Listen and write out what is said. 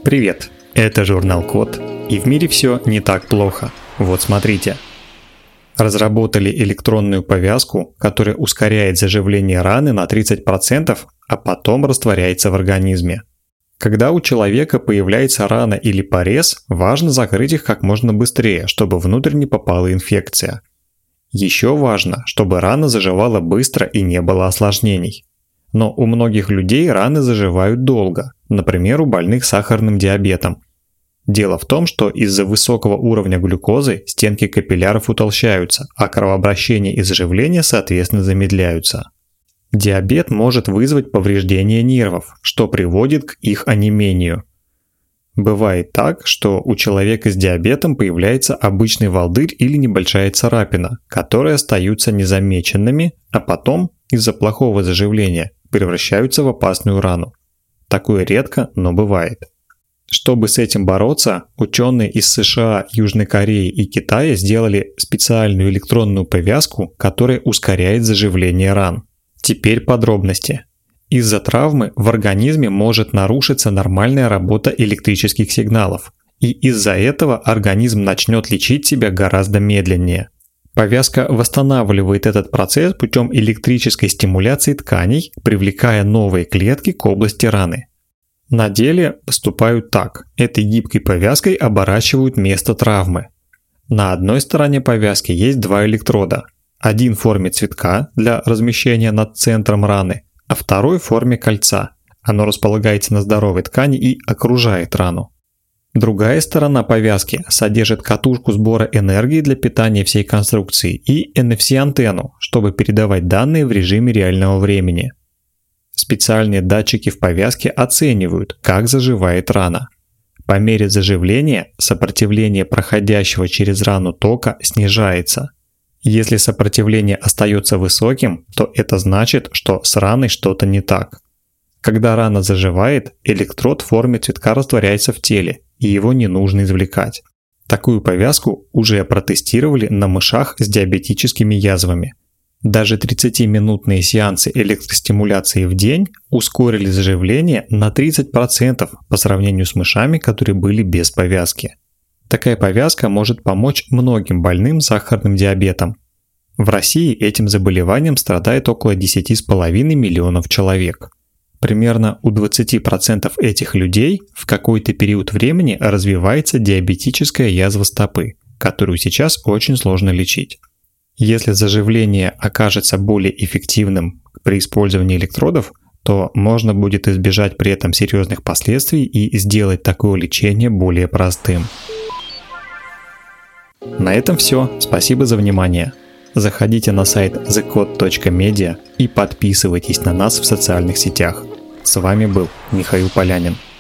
Привет, это журнал Код, и в мире все не так плохо. Вот смотрите. Разработали электронную повязку, которая ускоряет заживление раны на 30%, а потом растворяется в организме. Когда у человека появляется рана или порез, важно закрыть их как можно быстрее, чтобы внутрь не попала инфекция. Еще важно, чтобы рана заживала быстро и не было осложнений. Но у многих людей раны заживают долго, например, у больных сахарным диабетом. Дело в том, что из-за высокого уровня глюкозы стенки капилляров утолщаются, а кровообращение и заживление, соответственно, замедляются. Диабет может вызвать повреждение нервов, что приводит к их онемению. Бывает так, что у человека с диабетом появляется обычный волдырь или небольшая царапина, которые остаются незамеченными, а потом, из-за плохого заживления, превращаются в опасную рану. Такое редко, но бывает. Чтобы с этим бороться, ученые из США, Южной Кореи и Китая сделали специальную электронную повязку, которая ускоряет заживление ран. Теперь подробности. Из-за травмы в организме может нарушиться нормальная работа электрических сигналов, и из-за этого организм начнет лечить себя гораздо медленнее. Повязка восстанавливает этот процесс путем электрической стимуляции тканей, привлекая новые клетки к области раны. На деле поступают так. Этой гибкой повязкой оборачивают место травмы. На одной стороне повязки есть два электрода. Один в форме цветка для размещения над центром раны, а второй в форме кольца. Оно располагается на здоровой ткани и окружает рану. Другая сторона повязки содержит катушку сбора энергии для питания всей конструкции и NFC-антенну, чтобы передавать данные в режиме реального времени. Специальные датчики в повязке оценивают, как заживает рана. По мере заживления сопротивление проходящего через рану тока снижается. Если сопротивление остается высоким, то это значит, что с раной что-то не так. Когда рана заживает, электрод в форме цветка растворяется в теле, и его не нужно извлекать. Такую повязку уже протестировали на мышах с диабетическими язвами. Даже 30-минутные сеансы электростимуляции в день ускорили заживление на 30% по сравнению с мышами, которые были без повязки. Такая повязка может помочь многим больным сахарным диабетом. В России этим заболеванием страдает около 10,5 миллионов человек. Примерно у 20% этих людей в какой-то период времени развивается диабетическая язва стопы, которую сейчас очень сложно лечить. Если заживление окажется более эффективным при использовании электродов, то можно будет избежать при этом серьезных последствий и сделать такое лечение более простым. На этом все. Спасибо за внимание. Заходите на сайт thecode.media и подписывайтесь на нас в социальных сетях. С вами был Михаил Полянин.